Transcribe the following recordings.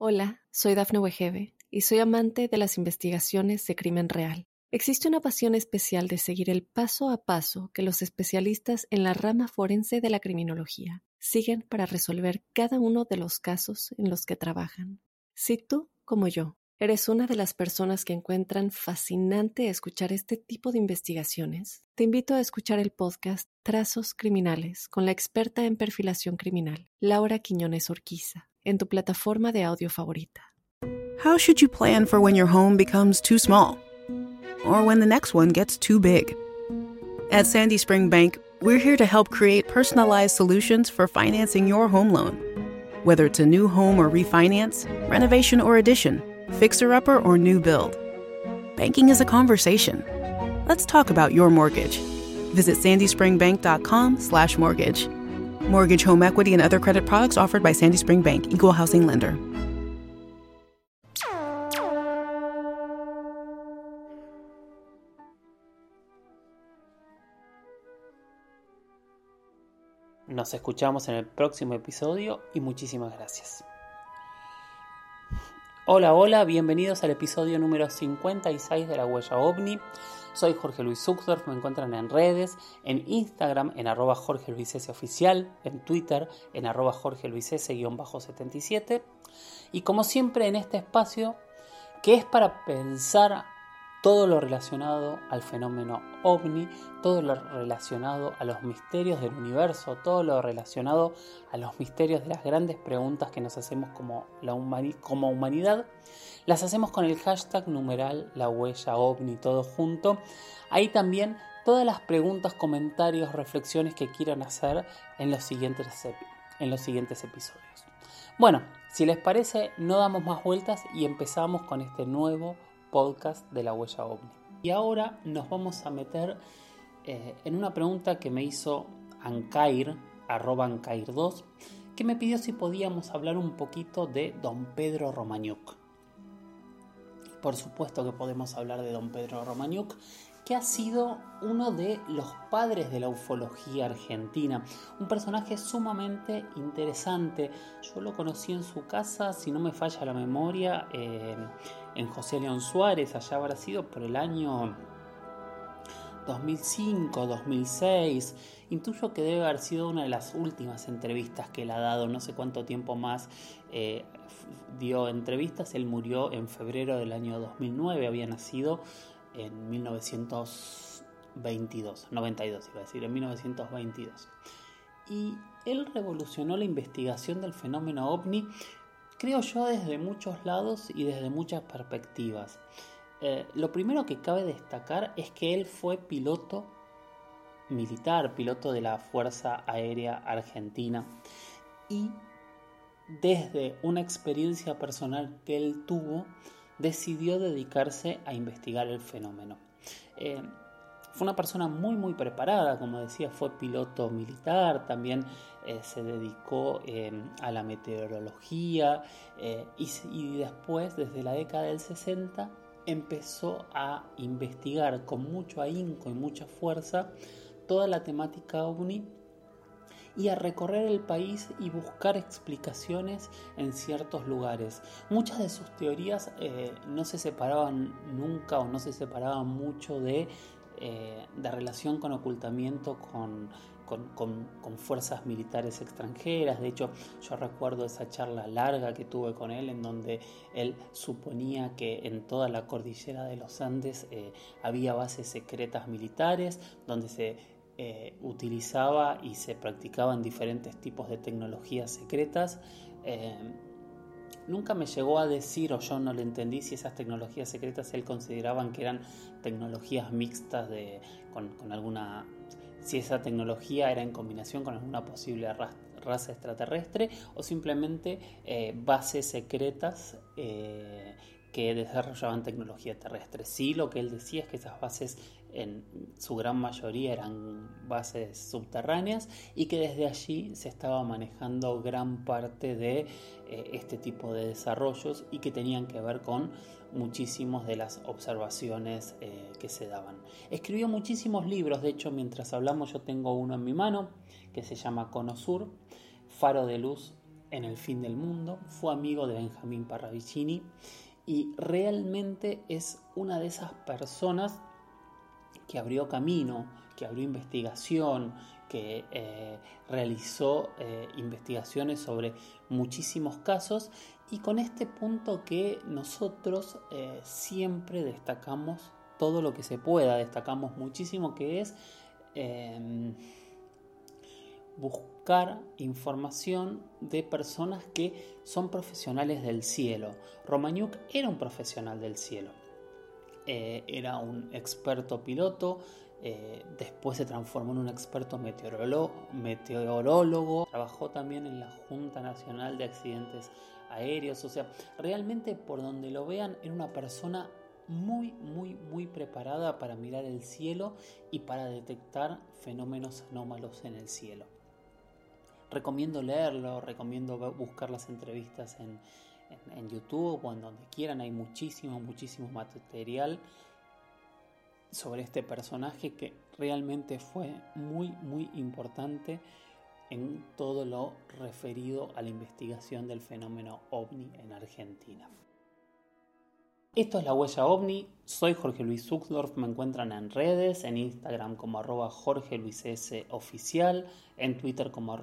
Hola, soy Dafne Wegebe y soy amante de las investigaciones de crimen real. Existe una pasión especial de seguir el paso a paso que los especialistas en la rama forense de la criminología siguen para resolver cada uno de los casos en los que trabajan. Si tú, como yo, eres una de las personas que encuentran fascinante escuchar este tipo de investigaciones, te invito a escuchar el podcast Trazos Criminales con la experta en perfilación criminal, Laura Quiñones Orquiza, en tu plataforma de audio favorita. How should you plan for when your home becomes too small? Or when the next one gets too big? At Sandy Spring Bank, we're here to help create personalized solutions for financing your home loan. Whether it's a new home or refinance, renovation or addition, fixer-upper or new build. Banking is a conversation. Let's talk about your mortgage. Visit sandyspringbank.com/mortgage. Mortgage, home equity, and other credit products offered by Sandy Spring Bank, Equal Housing Lender. Nos escuchamos en el próximo episodio y muchísimas gracias. Hola, bienvenidos al episodio número 56 de La Huella OVNI. Soy Jorge Luis Zuckdorf, me encuentran en redes, en Instagram en @JorgeLuisS oficial, en Twitter en @JorgeLuisS_77 y como siempre en este espacio que es para pensar todo lo relacionado al fenómeno OVNI, todo lo relacionado a los misterios del universo, todo lo relacionado a los misterios de las grandes preguntas que nos hacemos como humanidad, las hacemos con el hashtag numeral La Huella OVNI, todo junto. Ahí también todas las preguntas, comentarios, reflexiones que quieran hacer en los siguientes episodios. Bueno, si les parece, no damos más vueltas y empezamos con este nuevo podcast de La Huella OVNI. Y ahora nos vamos a meter en una pregunta que me hizo Ancair, @Ancair2, que me pidió si podíamos hablar un poquito de Don Pedro Romaniuk. Por supuesto que podemos hablar de Don Pedro Romaniuk, que ha sido uno de los padres de la ufología argentina, un personaje sumamente interesante. Yo lo conocí en su casa, si no me falla la memoria, en José León Suárez, allá habrá sido por el año 2005, 2006. Intuyo que debe haber sido una de las últimas entrevistas que él ha dado, no sé cuánto tiempo más dio entrevistas. Él murió en febrero del año 2009, había nacido en 1922, en 1922. Y él revolucionó la investigación del fenómeno OVNI, creo yo, desde muchos lados y desde muchas perspectivas. Lo primero que cabe destacar es que él fue piloto militar, piloto de la Fuerza Aérea Argentina, y desde una experiencia personal que él tuvo, decidió dedicarse a investigar el fenómeno. Fue una persona muy preparada, como decía, fue piloto militar, también se dedicó a la meteorología y después, desde la década del 60, empezó a investigar con mucho ahínco y mucha fuerza toda la temática OVNI y a recorrer el país y buscar explicaciones en ciertos lugares. Muchas de sus teorías no se separaban nunca o no se separaban mucho de relación con ocultamiento con fuerzas militares extranjeras. De hecho, yo recuerdo esa charla larga que tuve con él, en donde él suponía que en toda la cordillera de los Andes había bases secretas militares, donde se utilizaba y se practicaban diferentes tipos de tecnologías secretas. Nunca me llegó a decir, o yo no le entendí, si esas tecnologías secretas él consideraban que eran tecnologías mixtas con alguna, si esa tecnología era en combinación con alguna posible raza extraterrestre, o simplemente bases secretas que desarrollaban tecnología terrestre. Sí, lo que él decía es que esas bases en su gran mayoría eran bases subterráneas y que desde allí se estaba manejando gran parte de este tipo de desarrollos y que tenían que ver con muchísimas de las observaciones que se daban. Escribió muchísimos libros, de hecho mientras hablamos yo tengo uno en mi mano que se llama Cono Sur, Faro de Luz en El fin del mundo, fue amigo de Benjamín Parravicini y realmente es una de esas personas que abrió camino, que abrió investigación, que realizó investigaciones sobre muchísimos casos, y con este punto que nosotros siempre destacamos todo lo que se pueda, destacamos muchísimo, que es buscar información de personas que son profesionales del cielo. Romaniuk era un profesional del cielo, era un experto piloto, después se transformó en un experto meteorólogo, trabajó también en la Junta Nacional de Accidentes Aéreos, o sea, realmente por donde lo vean era una persona muy preparada para mirar el cielo y para detectar fenómenos anómalos en el cielo. Recomiendo leerlo, recomiendo buscar las entrevistas en YouTube o en donde quieran. Hay muchísimo material sobre este personaje que realmente fue muy importante en todo lo referido a la investigación del fenómeno OVNI en Argentina. Esto es La Huella OVNI, soy Jorge Luis Zuckdorf, me encuentran en redes, en Instagram como @JorgeLuisS_oficial, en Twitter como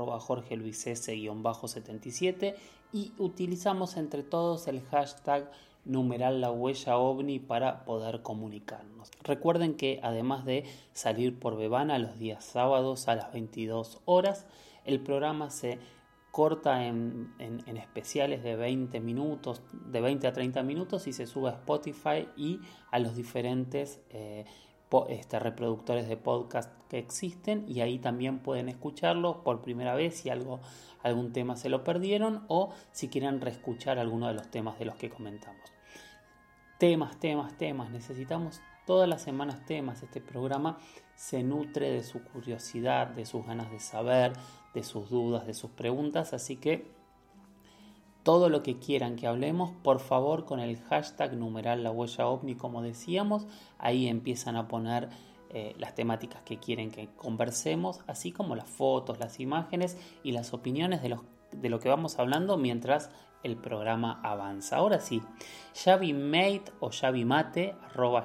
@JorgeLuisS_77 y utilizamos entre todos el hashtag #LaHuellaOVNI para poder comunicarnos. Recuerden que además de salir por Bebana los días sábados a las 22 horas, el programa se corta en especiales de 20 minutos, de 20 a 30 minutos, y se sube a Spotify y a los diferentes reproductores de podcast que existen, y ahí también pueden escucharlo por primera vez si algún tema se lo perdieron o si quieren reescuchar alguno de los temas de los que comentamos. Temas, necesitamos todas las semanas temas. Este programa se nutre de su curiosidad, de sus ganas de saber, de sus dudas, de sus preguntas, así que todo lo que quieran que hablemos, por favor, con el hashtag #LaHuellaOVNI, como decíamos, ahí empiezan a poner las temáticas que quieren que conversemos, así como las fotos, las imágenes y las opiniones de lo que vamos hablando mientras el programa avanza. Ahora sí, XaviMate o XaviMate,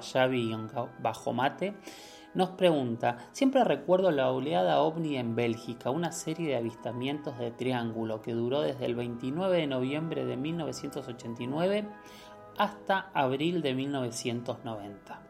@Xavi_mate, nos pregunta: siempre recuerdo la oleada OVNI en Bélgica, una serie de avistamientos de triángulo que duró desde el 29 de noviembre de 1989 hasta abril de 1990.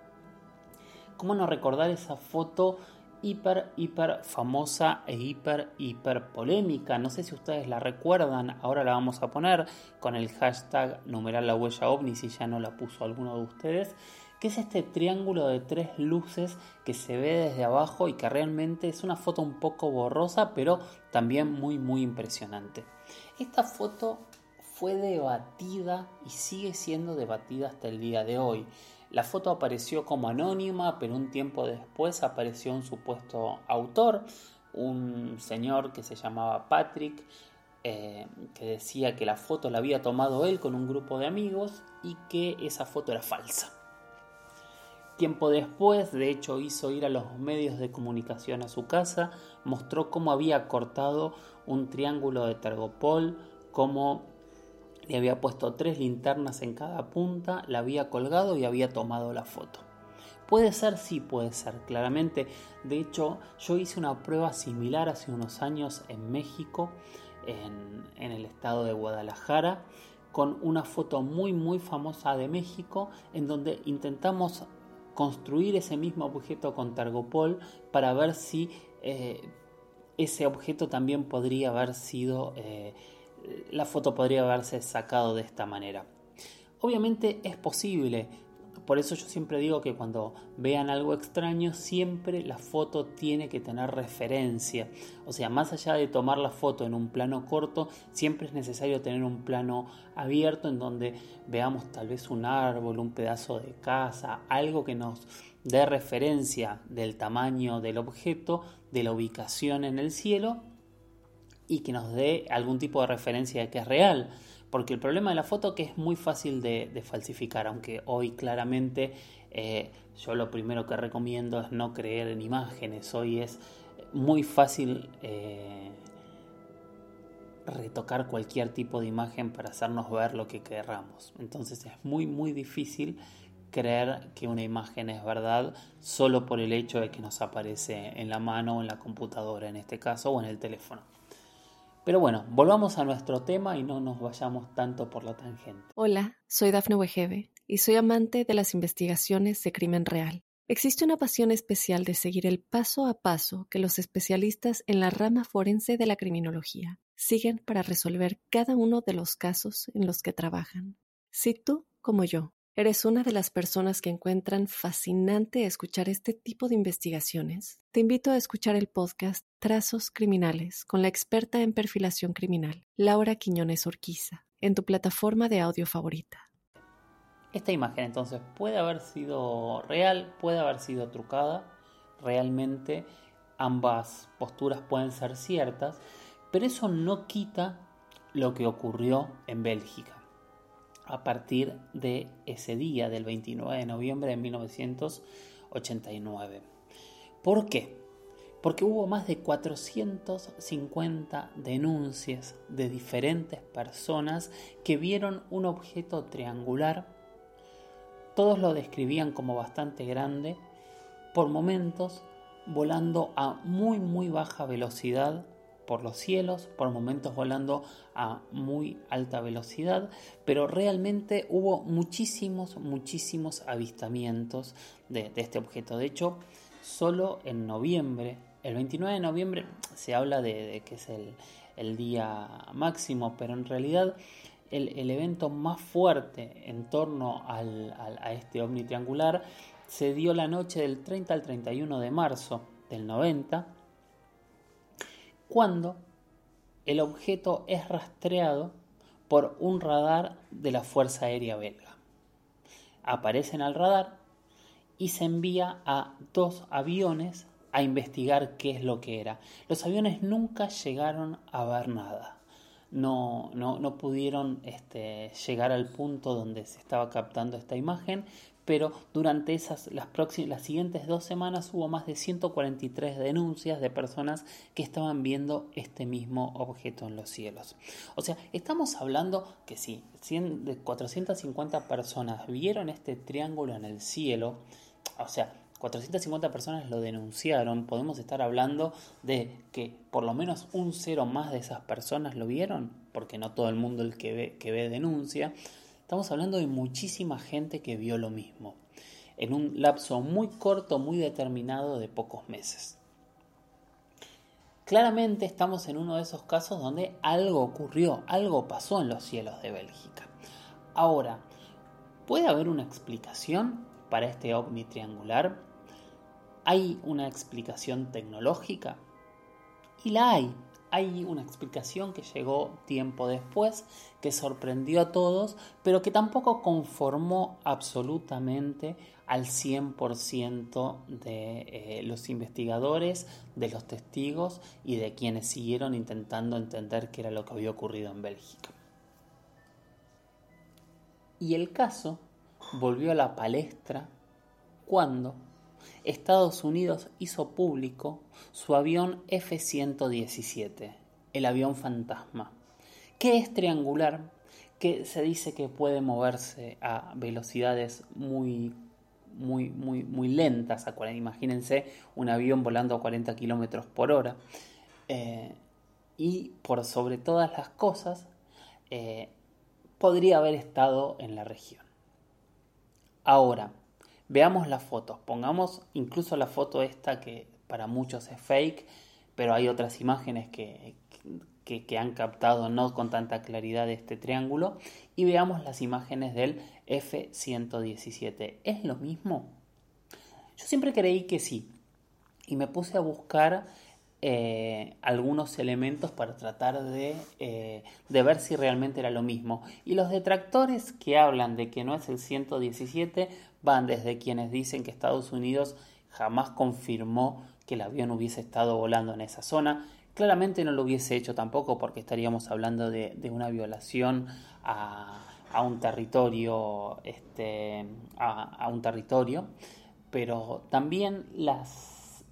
¿Cómo no recordar esa foto hiper famosa e hiper polémica? No sé si ustedes la recuerdan, ahora la vamos a poner con el hashtag #LaHuellaOVNI si ya no la puso alguno de ustedes, que es este triángulo de 3 luces que se ve desde abajo y que realmente es una foto un poco borrosa, pero también muy impresionante. Esta foto fue debatida y sigue siendo debatida hasta el día de hoy. La foto apareció como anónima, pero un tiempo después apareció un supuesto autor, un señor que se llamaba Patrick, que decía que la foto la había tomado él con un grupo de amigos y que esa foto era falsa. Tiempo después, de hecho, hizo ir a los medios de comunicación a su casa, mostró cómo había cortado un triángulo de Tergopol, cómo le había puesto 3 linternas en cada punta, la había colgado y había tomado la foto. Puede ser, sí puede ser, claramente. De hecho, yo hice una prueba similar hace unos años en México, en el estado de Guadalajara, con una foto muy famosa de México, en donde intentamos construir ese mismo objeto con Tergopol para ver si ese objeto también podría haber sido... la foto podría haberse sacado de esta manera. Obviamente es posible, por eso yo siempre digo que cuando vean algo extraño, siempre la foto tiene que tener referencia. O sea, más allá de tomar la foto en un plano corto, siempre es necesario tener un plano abierto en donde veamos tal vez un árbol, un pedazo de casa, algo que nos dé referencia del tamaño del objeto, de la ubicación en el cielo, y que nos dé algún tipo de referencia de que es real, porque el problema de la foto es que es muy fácil de falsificar, aunque hoy claramente yo lo primero que recomiendo es no creer en imágenes. Hoy es muy fácil retocar cualquier tipo de imagen para hacernos ver lo que querramos. Entonces es muy muy difícil creer que una imagen es verdad solo por el hecho de que nos aparece en la mano o en la computadora en este caso, o en el teléfono. Pero bueno, volvamos a nuestro tema y no nos vayamos tanto por la tangente. Hola, soy Dafne Wegebe y soy amante de las investigaciones de crimen real. Existe una pasión especial de seguir el paso a paso que los especialistas en la rama forense de la criminología siguen para resolver cada uno de los casos en los que trabajan. Si tú, como yo, ¿eres una de las personas que encuentran fascinante escuchar este tipo de investigaciones? Te invito a escuchar el podcast Trazos Criminales con la experta en perfilación criminal, Laura Quiñones Orquiza, en tu plataforma de audio favorita. Esta imagen entonces puede haber sido real, puede haber sido trucada. Realmente ambas posturas pueden ser ciertas, pero eso no quita lo que ocurrió en Bélgica a partir de ese día, del 29 de noviembre de 1989. ¿Por qué? Porque hubo más de 450 denuncias de diferentes personas que vieron un objeto triangular. Todos lo describían como bastante grande, por momentos volando a muy muy baja velocidad por los cielos, por momentos volando a muy alta velocidad, pero realmente hubo muchísimos avistamientos de este objeto. De hecho, solo en noviembre, el 29 de noviembre, se habla de que es el día máximo, pero en realidad el evento más fuerte en torno a este ovni triangular se dio la noche del 30 al 31 de marzo del 90, cuando el objeto es rastreado por un radar de la Fuerza Aérea Belga. Aparece en el radar y se envía a 2 aviones a investigar qué es lo que era. Los aviones nunca llegaron a ver nada. No pudieron llegar al punto donde se estaba captando esta imagen, pero durante las siguientes 2 semanas hubo más de 143 denuncias de personas que estaban viendo este mismo objeto en los cielos. O sea, estamos hablando que sí, 450 personas vieron este triángulo en el cielo, o sea, 450 personas lo denunciaron. Podemos estar hablando de que por lo menos un 0 más de esas personas lo vieron, porque no todo el mundo el que ve denuncia. Estamos hablando de muchísima gente que vio lo mismo, en un lapso muy corto, muy determinado de pocos meses. Claramente estamos en uno de esos casos donde algo ocurrió, algo pasó en los cielos de Bélgica. Ahora, ¿puede haber una explicación para este ovni triangular? ¿Hay una explicación tecnológica? Y la hay. Hay una explicación que llegó tiempo después, que sorprendió a todos, pero que tampoco conformó absolutamente al 100% de los investigadores, de los testigos y de quienes siguieron intentando entender qué era lo que había ocurrido en Bélgica. Y el caso volvió a la palestra cuando Estados Unidos hizo público su avión F-117, el avión fantasma, que es triangular, que se dice que puede moverse a velocidades muy lentas. Imagínense un avión volando a 40 kilómetros por hora. Y por sobre todas las cosas, podría haber estado en la región. Ahora, veamos las fotos, pongamos incluso la foto esta que para muchos es fake, pero hay otras imágenes que han captado no con tanta claridad este triángulo, y veamos las imágenes del F-117. ¿Es lo mismo? Yo siempre creí que sí, y me puse a buscar algunos elementos para tratar de ver si realmente era lo mismo. Y los detractores que hablan de que no es el 117 van desde quienes dicen que Estados Unidos jamás confirmó que el avión hubiese estado volando en esa zona. Claramente no lo hubiese hecho tampoco, porque estaríamos hablando de una violación a un territorio, a un territorio. Pero también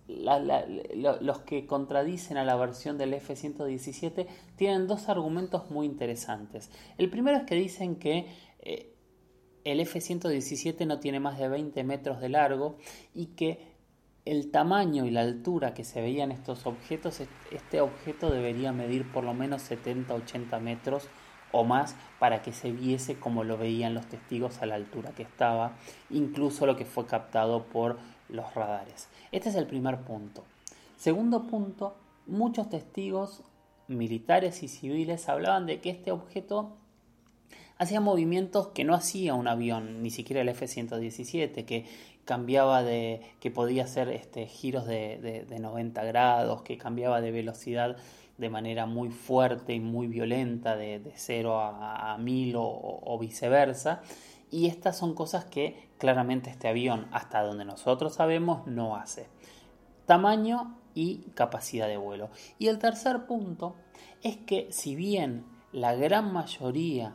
los que contradicen a la versión del F-117 tienen dos argumentos muy interesantes. El primero es que dicen que el F-117 no tiene más de 20 metros de largo y que el tamaño y la altura que se veían estos objetos, este objeto debería medir por lo menos 70-80 metros o más para que se viese como lo veían los testigos a la altura que estaba, incluso lo que fue captado por los radares. Este es el primer punto. Segundo punto, muchos testigos militares y civiles hablaban de que este objeto hacía movimientos que no hacía un avión, ni siquiera el F-117, que cambiaba que podía hacer giros de 90 grados, que cambiaba de velocidad de manera muy fuerte y muy violenta, de 0 a 1000 o viceversa. Y estas son cosas que claramente este avión, hasta donde nosotros sabemos, no hace. Tamaño y capacidad de vuelo. Y el tercer punto es que si bien la gran mayoría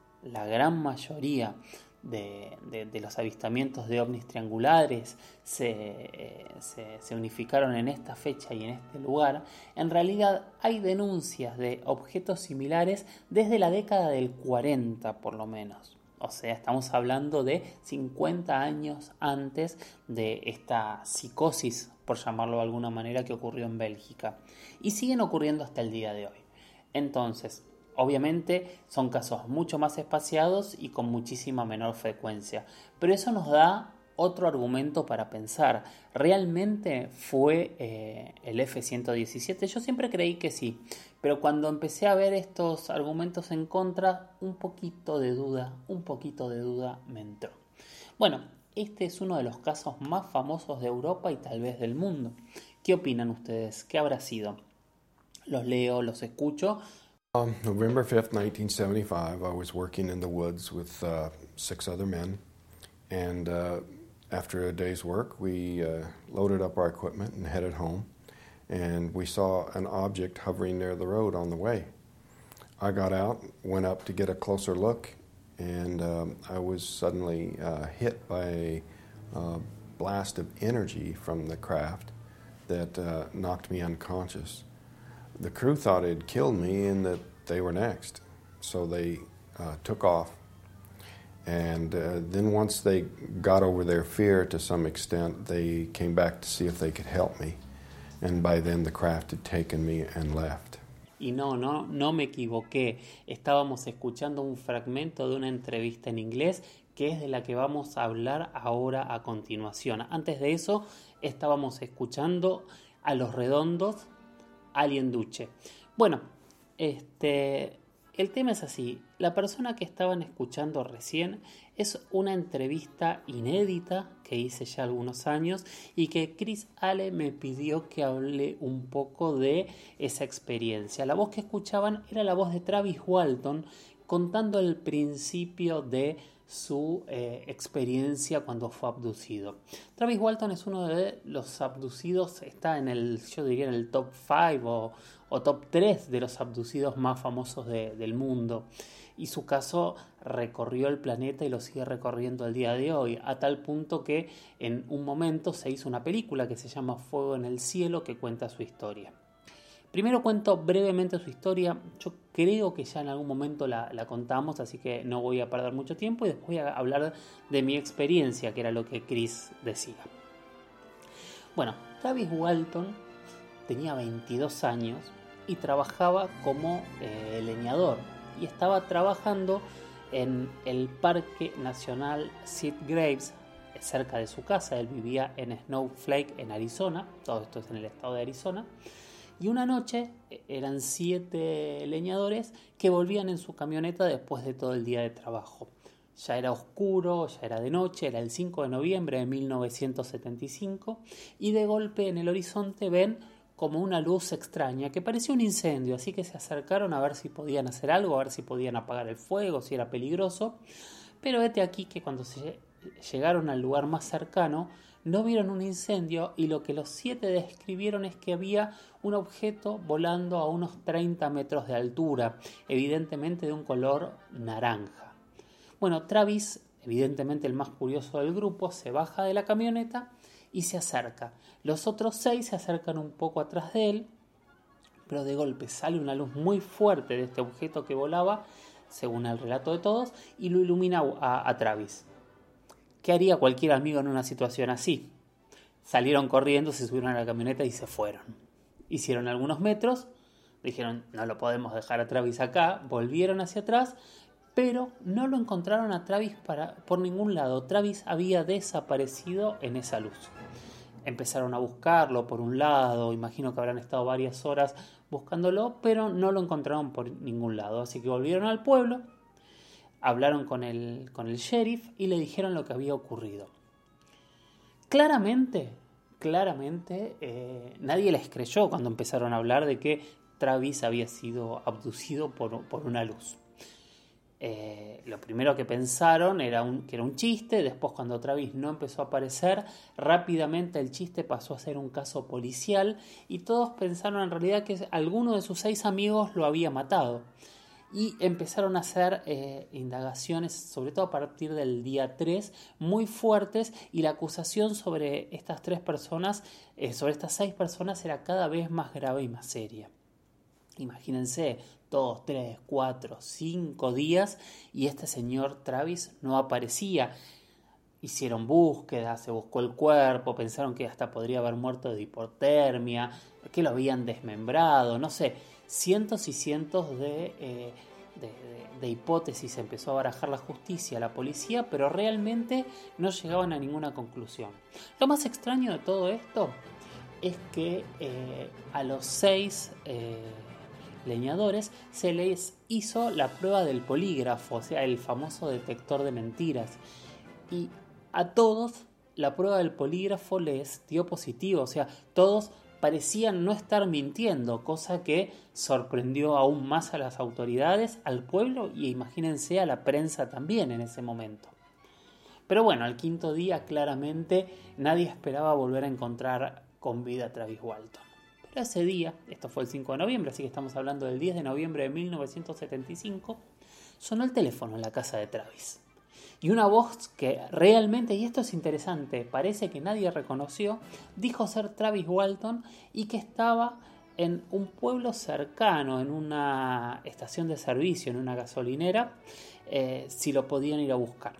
de los avistamientos de ovnis triangulares se unificaron en esta fecha y en este lugar, en realidad hay denuncias de objetos similares desde la década del 40 por lo menos. O sea, estamos hablando de 50 años antes de esta psicosis, por llamarlo de alguna manera, que ocurrió en Bélgica. Y siguen ocurriendo hasta el día de hoy. Entonces, obviamente son casos mucho más espaciados y con muchísima menor frecuencia. Pero eso nos da otro argumento para pensar. ¿Realmente fue el F-117? Yo siempre creí que sí. Pero cuando empecé a ver estos argumentos en contra, un poquito de duda me entró. Bueno, este es uno de los casos más famosos de Europa y tal vez del mundo. ¿Qué opinan ustedes? ¿Qué habrá sido? Los leo, los escucho. November 5th, 1975, I was working in the woods with 6 other men, and after a day's work, we loaded up our equipment and headed home, and we saw an object hovering near the road on the way. I got out, went up to get a closer look, and I was suddenly hit by a blast of energy from the craft that knocked me unconscious. The crew thought it had killed me and that they were next, so they took off. And then once they got over their fear to some extent, they came back to see if they could help me. And by then the craft had taken me and left. Y no me equivoqué. Estábamos escuchando un fragmento de una entrevista en inglés que es de la que vamos a hablar ahora a continuación. Antes de eso, estábamos escuchando a Los Redondos, Alien Duche. Bueno, el tema es así. La persona que estaban escuchando recién es una entrevista inédita que hice ya algunos años y que Chris Ale me pidió que hable un poco de esa experiencia. La voz que escuchaban era la voz de Travis Walton contando el principio de su experiencia cuando fue abducido. Travis Walton es uno de los abducidos, está yo diría en el top 5 o top 3 de los abducidos más famosos del mundo. Y su caso recorrió el planeta y lo sigue recorriendo al día de hoy, a tal punto que en un momento se hizo una película que se llama Fuego en el Cielo, que cuenta su historia. Primero cuento brevemente su historia. Yo creo que ya en algún momento la contamos, así que no voy a perder mucho tiempo y después voy a hablar de mi experiencia, que era lo que Chris decía. Bueno, Travis Walton tenía 22 años y trabajaba como leñador y estaba trabajando en el Parque Nacional Sid Graves, cerca de su casa. Él vivía en Snowflake, en Arizona. Todo esto es en el estado de Arizona. Y una noche eran 7 leñadores que volvían en su camioneta después de todo el día de trabajo. Ya era oscuro, ya era de noche, era el 5 de noviembre de 1975 y de golpe en el horizonte ven como una luz extraña que parecía un incendio, así que se acercaron a ver si podían hacer algo, a ver si podían apagar el fuego, si era peligroso. Pero vete aquí que cuando llegaron al lugar más cercano no vieron un incendio y lo que los 7 describieron es que había un objeto volando a unos 30 metros de altura, evidentemente de un color naranja. Bueno, Travis, evidentemente el más curioso del grupo, se baja de la camioneta y se acerca. Los otros 6 se acercan un poco atrás de él, pero de golpe sale una luz muy fuerte de este objeto que volaba, según el relato de todos, y lo ilumina a Travis. ¿Qué haría cualquier amigo en una situación así? Salieron corriendo, se subieron a la camioneta y se fueron. Hicieron algunos metros, dijeron, no lo podemos dejar a Travis acá, volvieron hacia atrás, pero no lo encontraron a Travis por ningún lado. Travis había desaparecido en esa luz. Empezaron a buscarlo por un lado, imagino que habrán estado varias horas buscándolo, pero no lo encontraron por ningún lado. Así que volvieron al pueblo, hablaron con el sheriff y le dijeron lo que había ocurrido. Claramente, nadie les creyó cuando empezaron a hablar de que Travis había sido abducido por una luz. Lo primero que pensaron que era un chiste. Después, cuando Travis no empezó a aparecer, rápidamente el chiste pasó a ser un caso policial y todos pensaron en realidad que alguno de sus 6 amigos lo había matado. Y empezaron a hacer indagaciones, sobre todo a partir del día 3, muy fuertes, y la acusación sobre estas 3 personas, sobre estas 6 personas, era cada vez más grave y más seria. Imagínense, 2, 3, 4, 5 días y este señor Travis no aparecía. Hicieron búsquedas, se buscó el cuerpo, pensaron que hasta podría haber muerto de hipotermia, que lo habían desmembrado, no sé, cientos y cientos de hipótesis empezó a barajar la justicia, la policía, pero realmente no llegaban a ninguna conclusión. Lo más extraño de todo esto es que a los 6 leñadores se les hizo la prueba del polígrafo, o sea, el famoso detector de mentiras, y a todos la prueba del polígrafo les dio positivo, o sea, todos parecían no estar mintiendo, cosa que sorprendió aún más a las autoridades, al pueblo y imagínense a la prensa también en ese momento. Pero bueno, al 5.º día claramente nadie esperaba volver a encontrar con vida a Travis Walton. Pero ese día, esto fue el 5 de noviembre, así que estamos hablando del 10 de noviembre de 1975, sonó el teléfono en la casa de Travis. Y una voz que realmente, y esto es interesante, parece que nadie reconoció, dijo ser Travis Walton y que estaba en un pueblo cercano, en una estación de servicio, en una gasolinera, si lo podían ir a buscar.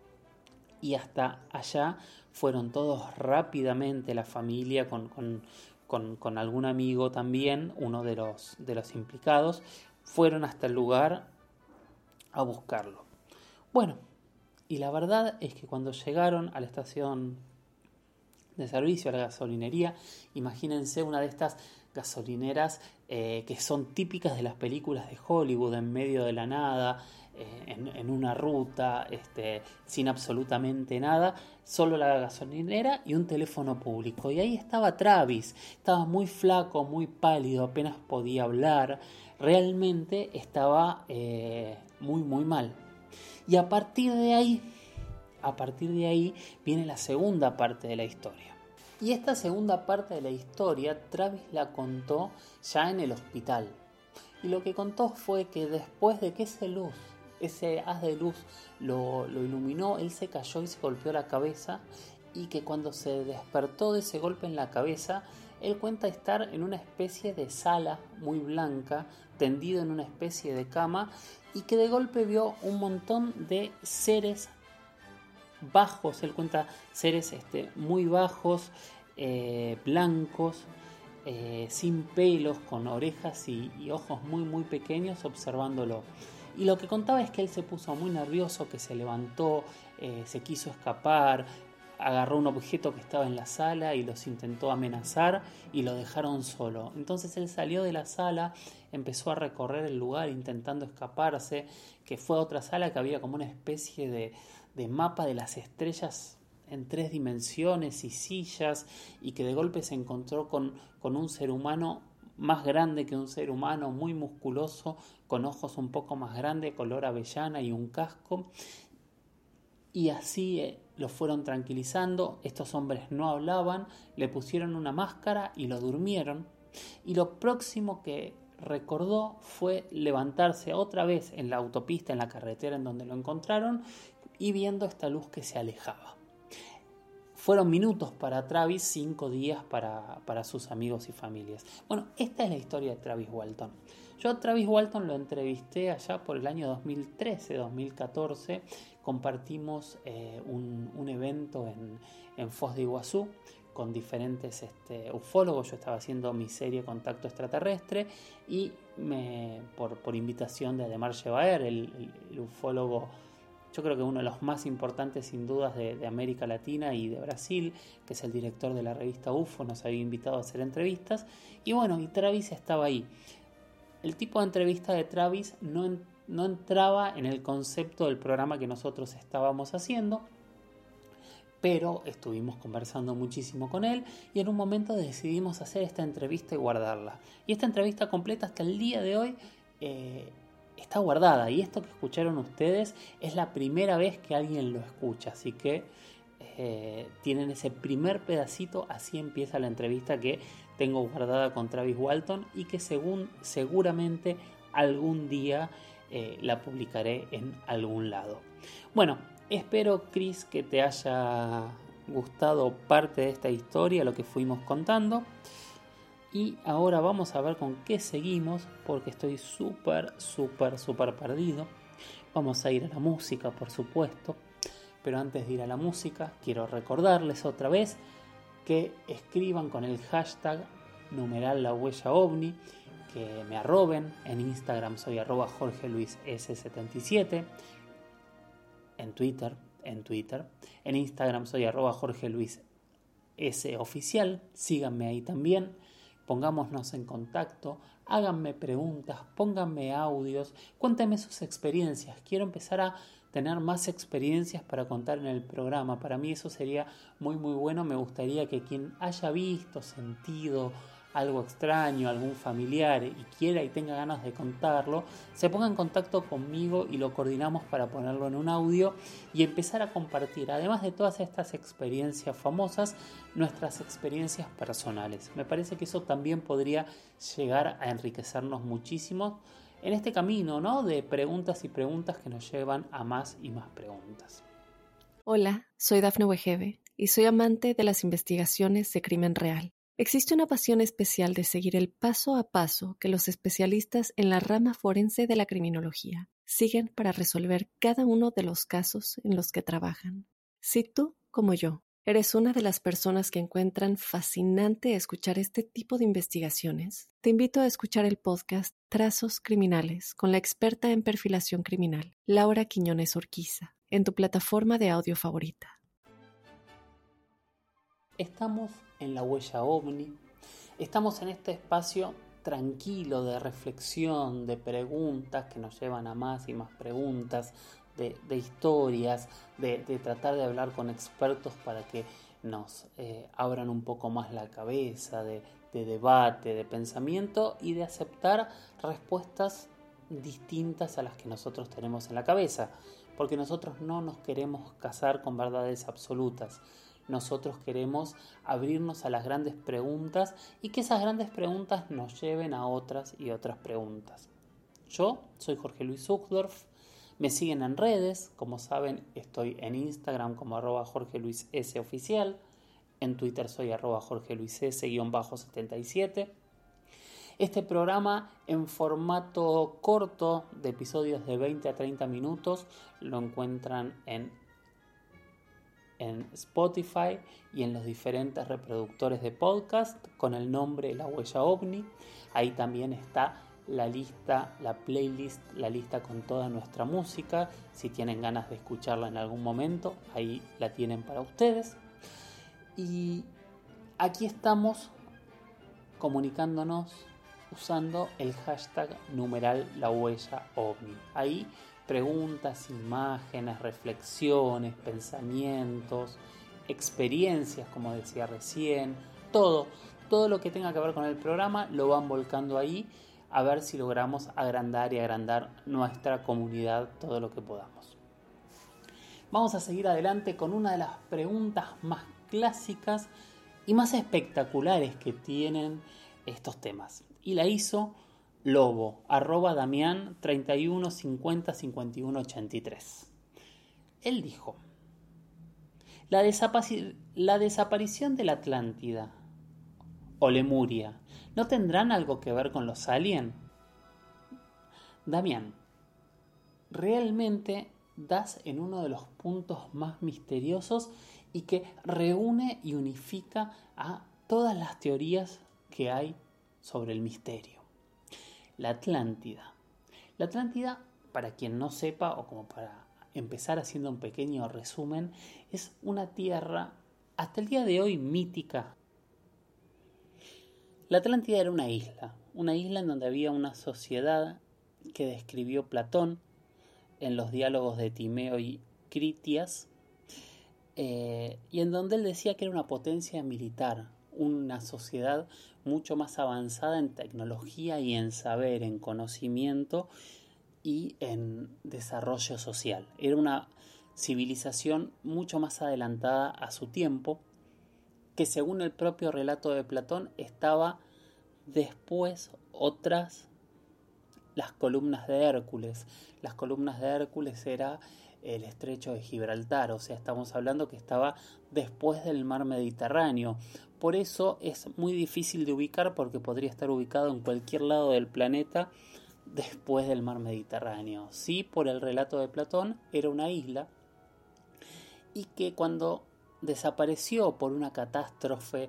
Y hasta allá fueron todos rápidamente, la familia con algún amigo también, uno de los implicados, fueron hasta el lugar a buscarlo. Bueno, y la verdad es que cuando llegaron a la estación de servicio, a la gasolinería, imagínense una de estas gasolineras que son típicas de las películas de Hollywood, en medio de la nada, en una ruta, sin absolutamente nada, solo la gasolinera y un teléfono público. Y ahí estaba Travis, estaba muy flaco, muy pálido, apenas podía hablar, realmente estaba muy muy mal. Y a partir de ahí viene la segunda parte de la historia. Y esta segunda parte de la historia Travis la contó ya en el hospital. Y lo que contó fue que después de que ese haz de luz lo iluminó, él se cayó y se golpeó la cabeza, y que cuando se despertó de ese golpe en la cabeza, él cuenta estar en una especie de sala muy blanca, tendido en una especie de cama, y que de golpe vio un montón de seres bajos. Él cuenta seres muy bajos, blancos, sin pelos, con orejas y ojos muy muy pequeños, observándolo. Y lo que contaba es que él se puso muy nervioso, que se levantó, se quiso escapar, agarró un objeto que estaba en la sala y los intentó amenazar y lo dejaron solo. Entonces él salió de la sala, empezó a recorrer el lugar intentando escaparse, que fue a otra sala que había como una especie de mapa de las estrellas en 3 dimensiones y sillas, y que de golpe se encontró con un ser humano más grande que un ser humano, muy musculoso, con ojos un poco más grandes, color avellana y un casco. Y así lo fueron tranquilizando. Estos hombres no hablaban, le pusieron una máscara y lo durmieron. Y lo próximo que recordó fue levantarse otra vez en la autopista, en la carretera en donde lo encontraron, y viendo esta luz que se alejaba. fueron minutos para Travis, 5 días para sus amigos y familias. Bueno, esta es la historia de Travis Walton. Yo a Travis Walton lo entrevisté allá por el año 2013, 2014. Compartimos un evento en Foz de Iguazú con diferentes ufólogos. Yo estaba haciendo mi serie Contacto Extraterrestre y por invitación de Ademar Shebaer, el ufólogo, yo creo que uno de los más importantes sin dudas de América Latina y de Brasil, que es el director de la revista UFO, nos había invitado a hacer entrevistas. Y bueno, y Travis estaba ahí. El tipo de entrevista de Travis no entraba en el concepto del programa que nosotros estábamos haciendo, pero estuvimos conversando muchísimo con él y en un momento decidimos hacer esta entrevista y guardarla. Y esta entrevista completa hasta el día de hoy está guardada, y esto que escucharon ustedes es la primera vez que alguien lo escucha, así que tienen ese primer pedacito. Así empieza la entrevista que tengo guardada con Travis Walton y que seguramente algún día la publicaré en algún lado. Bueno, espero, Chris, que te haya gustado parte de esta historia, lo que fuimos contando. Y ahora vamos a ver con qué seguimos, porque estoy súper perdido. Vamos a ir a la música, por supuesto. Pero antes de ir a la música, quiero recordarles otra vez que escriban con el hashtag #LaHuellaOVNI, que me arroben. En Instagram soy @JorgeLuisS77. En Twitter. En Instagram soy @JorgeLuisSOficial. Síganme ahí también. Pongámonos en contacto, háganme preguntas, pónganme audios, cuéntenme sus experiencias. Quiero empezar a tener más experiencias para contar en el programa. Para mí eso sería muy bueno. Me gustaría que quien haya visto, sentido algo extraño, algún familiar y quiera y tenga ganas de contarlo, se ponga en contacto conmigo y lo coordinamos para ponerlo en un audio y empezar a compartir, además de todas estas experiencias famosas, nuestras experiencias personales. Me parece que eso también podría llegar a enriquecernos muchísimo en este camino, ¿no?, de preguntas y preguntas que nos llevan a más y más preguntas. Hola, soy Dafne Wegebe y soy amante de las investigaciones de crimen real. Existe una pasión especial de seguir el paso a paso que los especialistas en la rama forense de la criminología siguen para resolver cada uno de los casos en los que trabajan. Si tú, como yo, eres una de las personas que encuentran fascinante escuchar este tipo de investigaciones, te invito a escuchar el podcast Trazos Criminales con la experta en perfilación criminal, Laura Quiñones Orquiza, en tu plataforma de audio favorita. Estamos en La Huella OVNI, estamos en este espacio tranquilo de reflexión, de preguntas que nos llevan a más y más preguntas, de historias, de tratar de hablar con expertos para que nos abran un poco más la cabeza, de debate, de pensamiento y de aceptar respuestas distintas a las que nosotros tenemos en la cabeza, porque nosotros no nos queremos casar con verdades absolutas. Nosotros queremos abrirnos a las grandes preguntas y que esas grandes preguntas nos lleven a otras y otras preguntas. Yo soy Jorge Luis Uchtdorf, me siguen en redes, como saben estoy en Instagram como @JorgeLuisSOficial, en Twitter soy @JorgeLuisS_77. Este programa en formato corto de episodios de 20 a 30 minutos lo encuentran en Spotify y en los diferentes reproductores de podcast con el nombre La Huella OVNI. Ahí también está la lista, la playlist, la lista con toda nuestra música. Si tienen ganas de escucharla en algún momento, ahí la tienen para ustedes. Y aquí estamos comunicándonos usando el hashtag #La Huella OVNI. Ahí preguntas, imágenes, reflexiones, pensamientos, experiencias, como decía recién, todo lo que tenga que ver con el programa lo van volcando ahí, a ver si logramos agrandar nuestra comunidad todo lo que podamos. Vamos a seguir adelante con una de las preguntas más clásicas y más espectaculares que tienen estos temas. Y la hizo Lobo, @Damián 31505183. Él dijo: La desaparición de la Atlántida o Lemuria, ¿no tendrán algo que ver con los aliens? Damián, realmente das en uno de los puntos más misteriosos y que reúne y unifica a todas las teorías que hay sobre el misterio. La Atlántida. La Atlántida, para quien no sepa, o como para empezar haciendo un pequeño resumen, es una tierra hasta el día de hoy mítica. La Atlántida era una isla en donde había una sociedad que describió Platón en los diálogos de Timeo y Critias, y en donde él decía que era una potencia militar, una sociedad mucho más avanzada en tecnología y en saber, en conocimiento y en desarrollo social. Era una civilización mucho más adelantada a su tiempo, que según el propio relato de Platón estaba después otras las columnas de Hércules. Las columnas de Hércules era el estrecho de Gibraltar, o sea, estamos hablando que estaba después del mar Mediterráneo. Por eso es muy difícil de ubicar, porque podría estar ubicado en cualquier lado del planeta después del mar Mediterráneo. Sí, por el relato de Platón, era una isla y que cuando desapareció por una catástrofe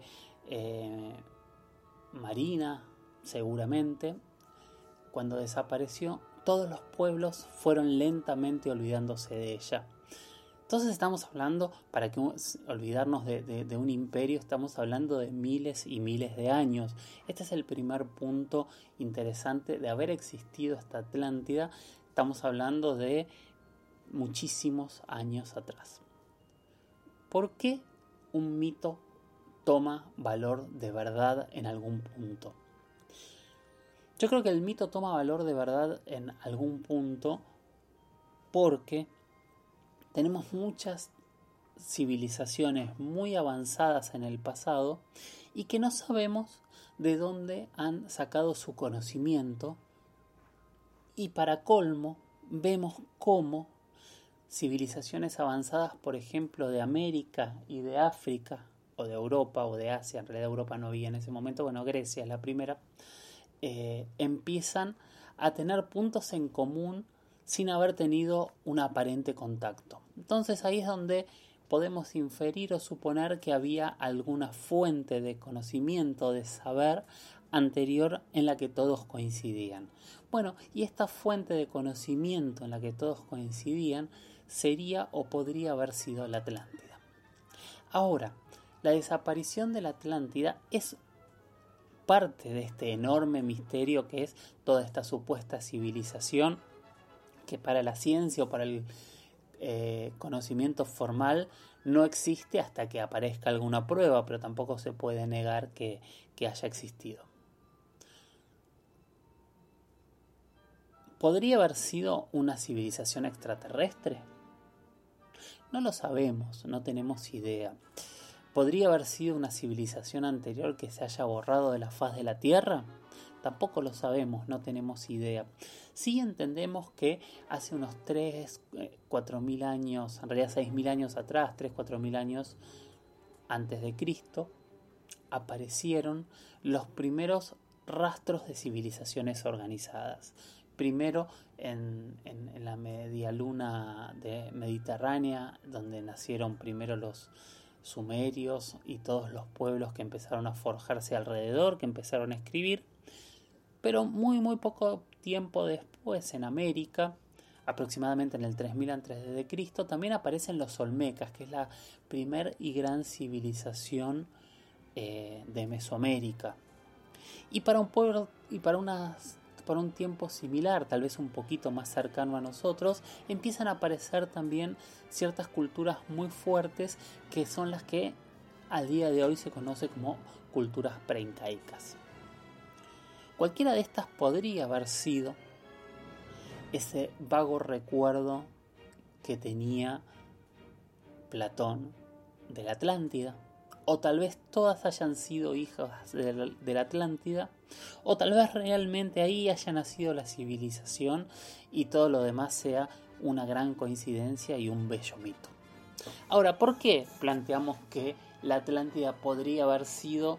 marina, seguramente, cuando desapareció, todos los pueblos fueron lentamente olvidándose de ella. Entonces estamos hablando, para que olvidarnos de un imperio, estamos hablando de miles y miles de años. Este es el primer punto interesante de haber existido esta Atlántida. Estamos hablando de muchísimos años atrás. ¿Por qué un mito toma valor de verdad en algún punto? Yo creo que el mito toma valor de verdad en algún punto porque tenemos muchas civilizaciones muy avanzadas en el pasado y que no sabemos de dónde han sacado su conocimiento, y para colmo vemos cómo civilizaciones avanzadas, por ejemplo, de América y de África, o de Europa o de Asia, en realidad Europa no había en ese momento, bueno, Grecia es la primera, empiezan a tener puntos en común sin haber tenido un aparente contacto. Entonces ahí es donde podemos inferir o suponer que había alguna fuente de conocimiento, de saber anterior en la que todos coincidían. Bueno, y esta fuente de conocimiento en la que todos coincidían sería o podría haber sido la Atlántida. Ahora, la desaparición de la Atlántida es parte de este enorme misterio que es toda esta supuesta civilización que para la ciencia o para el conocimiento formal no existe hasta que aparezca alguna prueba, pero tampoco se puede negar que haya existido. ¿Podría haber sido una civilización extraterrestre? No lo sabemos, no tenemos idea. ¿Podría haber sido una civilización anterior que se haya borrado de la faz de la Tierra? Tampoco lo sabemos, no tenemos idea. Sí entendemos que hace unos 3.000-4.000 años, en realidad 6.000 años atrás, 3.000-4.000 años antes de Cristo, aparecieron los primeros rastros de civilizaciones organizadas. Primero en la media luna mediterránea, donde nacieron primero los sumerios y todos los pueblos que empezaron a forjarse alrededor, que empezaron a escribir. Pero muy poco tiempo después, en América, aproximadamente en el 3000 a.C., también aparecen los olmecas, que es la primer y gran civilización de Mesoamérica. Y para un pueblo y para un tiempo similar, tal vez un poquito más cercano a nosotros, empiezan a aparecer también ciertas culturas muy fuertes que son las que al día de hoy se conoce como culturas preincaicas. Cualquiera de estas podría haber sido ese vago recuerdo que tenía Platón de la Atlántida, o tal vez todas hayan sido hijas de la Atlántida, o tal vez realmente ahí haya nacido la civilización y todo lo demás sea una gran coincidencia y un bello mito. Ahora, ¿por qué planteamos que la Atlántida podría haber sido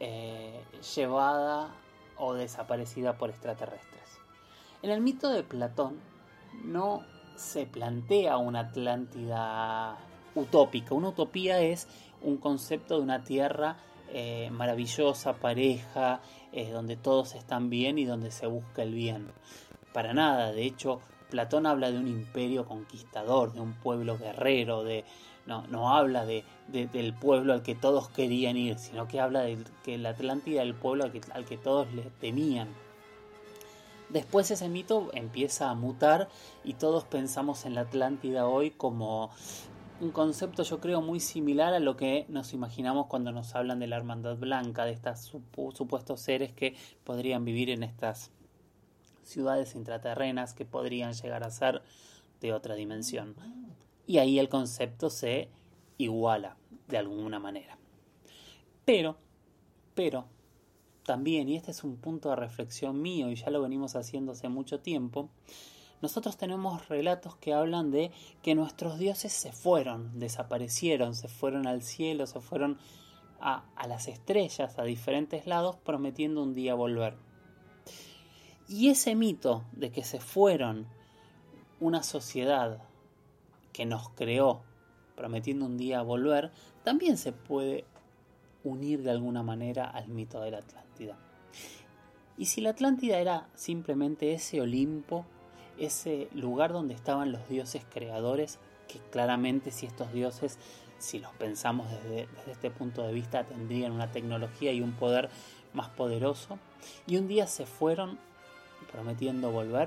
llevada o desaparecida por extraterrestres? En el mito de Platón no se plantea una Atlántida utópica. Una utopía es un concepto de una tierra maravillosa, pareja, donde todos están bien y donde se busca el bien. Para nada, de hecho, Platón habla de un imperio conquistador, de un pueblo guerrero, no habla del pueblo al que todos querían ir, sino que habla de que la Atlántida era el pueblo al que todos le temían. Después ese mito empieza a mutar y todos pensamos en la Atlántida hoy como un concepto, yo creo, muy similar a lo que nos imaginamos cuando nos hablan de la Hermandad Blanca, de estos supuestos seres que podrían vivir en estas ciudades intraterrenas, que podrían llegar a ser de otra dimensión. Y ahí el concepto se iguala de alguna manera. Pero, también, y este es un punto de reflexión mío y ya lo venimos haciendo hace mucho tiempo, nosotros tenemos relatos que hablan de que nuestros dioses se fueron, desaparecieron, se fueron al cielo, se fueron a las estrellas, a diferentes lados, prometiendo un día volver. Y ese mito de que se fueron, una sociedad que nos creó, prometiendo un día volver, también se puede unir de alguna manera al mito de la Atlántida. Y si la Atlántida era simplemente ese Olimpo, ese lugar donde estaban los dioses creadores, que claramente si estos dioses, si los pensamos desde este punto de vista, tendrían una tecnología y un poder más poderoso, y un día se fueron prometiendo volver,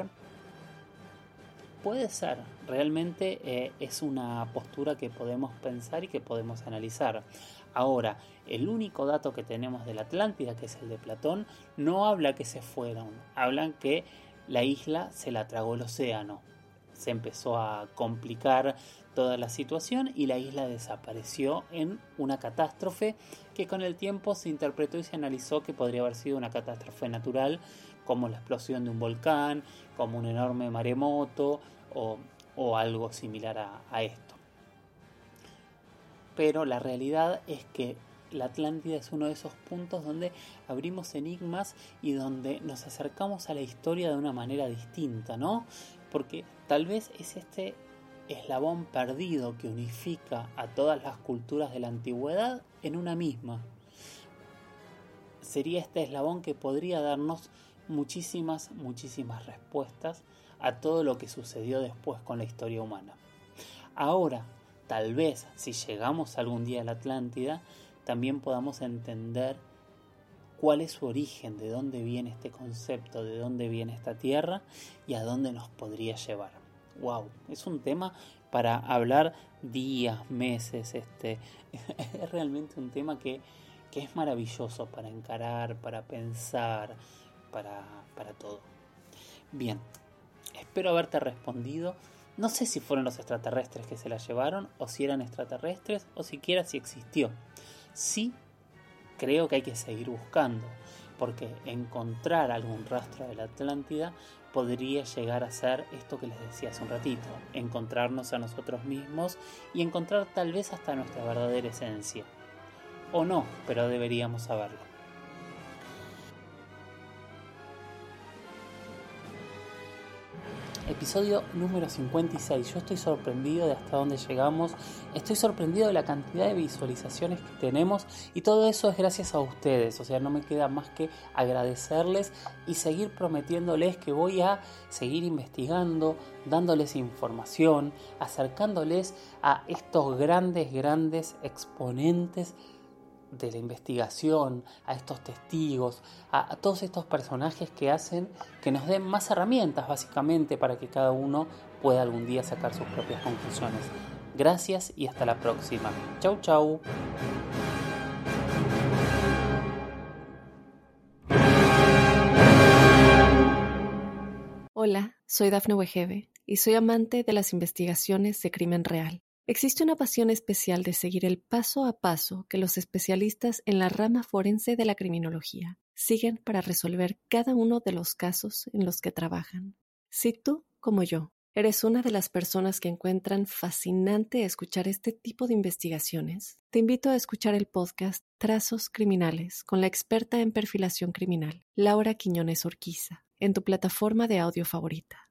puede ser, realmente es una postura que podemos pensar y que podemos analizar. Ahora, el único dato que tenemos de la Atlántida, que es el de Platón, no habla que se fueron, hablan que la isla se la tragó el océano. Se empezó a complicar toda la situación y la isla desapareció en una catástrofe que con el tiempo se interpretó y se analizó que podría haber sido una catástrofe natural, como la explosión de un volcán, como un enorme maremoto o algo similar a esto. Pero la realidad es que la Atlántida es uno de esos puntos donde abrimos enigmas y donde nos acercamos a la historia de una manera distinta, ¿no? Porque tal vez es este eslabón perdido que unifica a todas las culturas de la antigüedad en una misma. Sería este eslabón que podría darnos muchísimas respuestas a todo lo que sucedió después con la historia humana. Ahora, tal vez si llegamos algún día a la Atlántida, también podamos entender cuál es su origen, de dónde viene este concepto, de dónde viene esta tierra y a dónde nos podría llevar. ¡Wow! Es un tema para hablar días, meses. Es realmente un tema que es maravilloso para encarar, para pensar, para todo. Bien, espero haberte respondido. No sé si fueron los extraterrestres que se la llevaron, o si eran extraterrestres, o siquiera si existió. Sí, creo que hay que seguir buscando, porque encontrar algún rastro de la Atlántida podría llegar a ser esto que les decía hace un ratito, encontrarnos a nosotros mismos y encontrar tal vez hasta nuestra verdadera esencia. O no, pero deberíamos saberlo. Episodio número 56. Yo estoy sorprendido de hasta dónde llegamos. Estoy sorprendido de la cantidad de visualizaciones que tenemos. Y todo eso es gracias a ustedes. O sea, no me queda más que agradecerles y seguir prometiéndoles que voy a seguir investigando, dándoles información, acercándoles a estos grandes exponentes de la investigación, a estos testigos, a todos estos personajes que hacen que nos den más herramientas básicamente para que cada uno pueda algún día sacar sus propias conclusiones. Gracias y hasta la próxima. Chau, chau. Hola, soy Dafne Wegebe y soy amante de las investigaciones de crimen real. Existe una pasión especial de seguir el paso a paso que los especialistas en la rama forense de la criminología siguen para resolver cada uno de los casos en los que trabajan. Si tú, como yo, ¿Eres una de las personas que encuentran fascinante escuchar este tipo de investigaciones? Te invito a escuchar el podcast Trazos Criminales con la experta en perfilación criminal, Laura Quiñones Orquiza, en tu plataforma de audio favorita.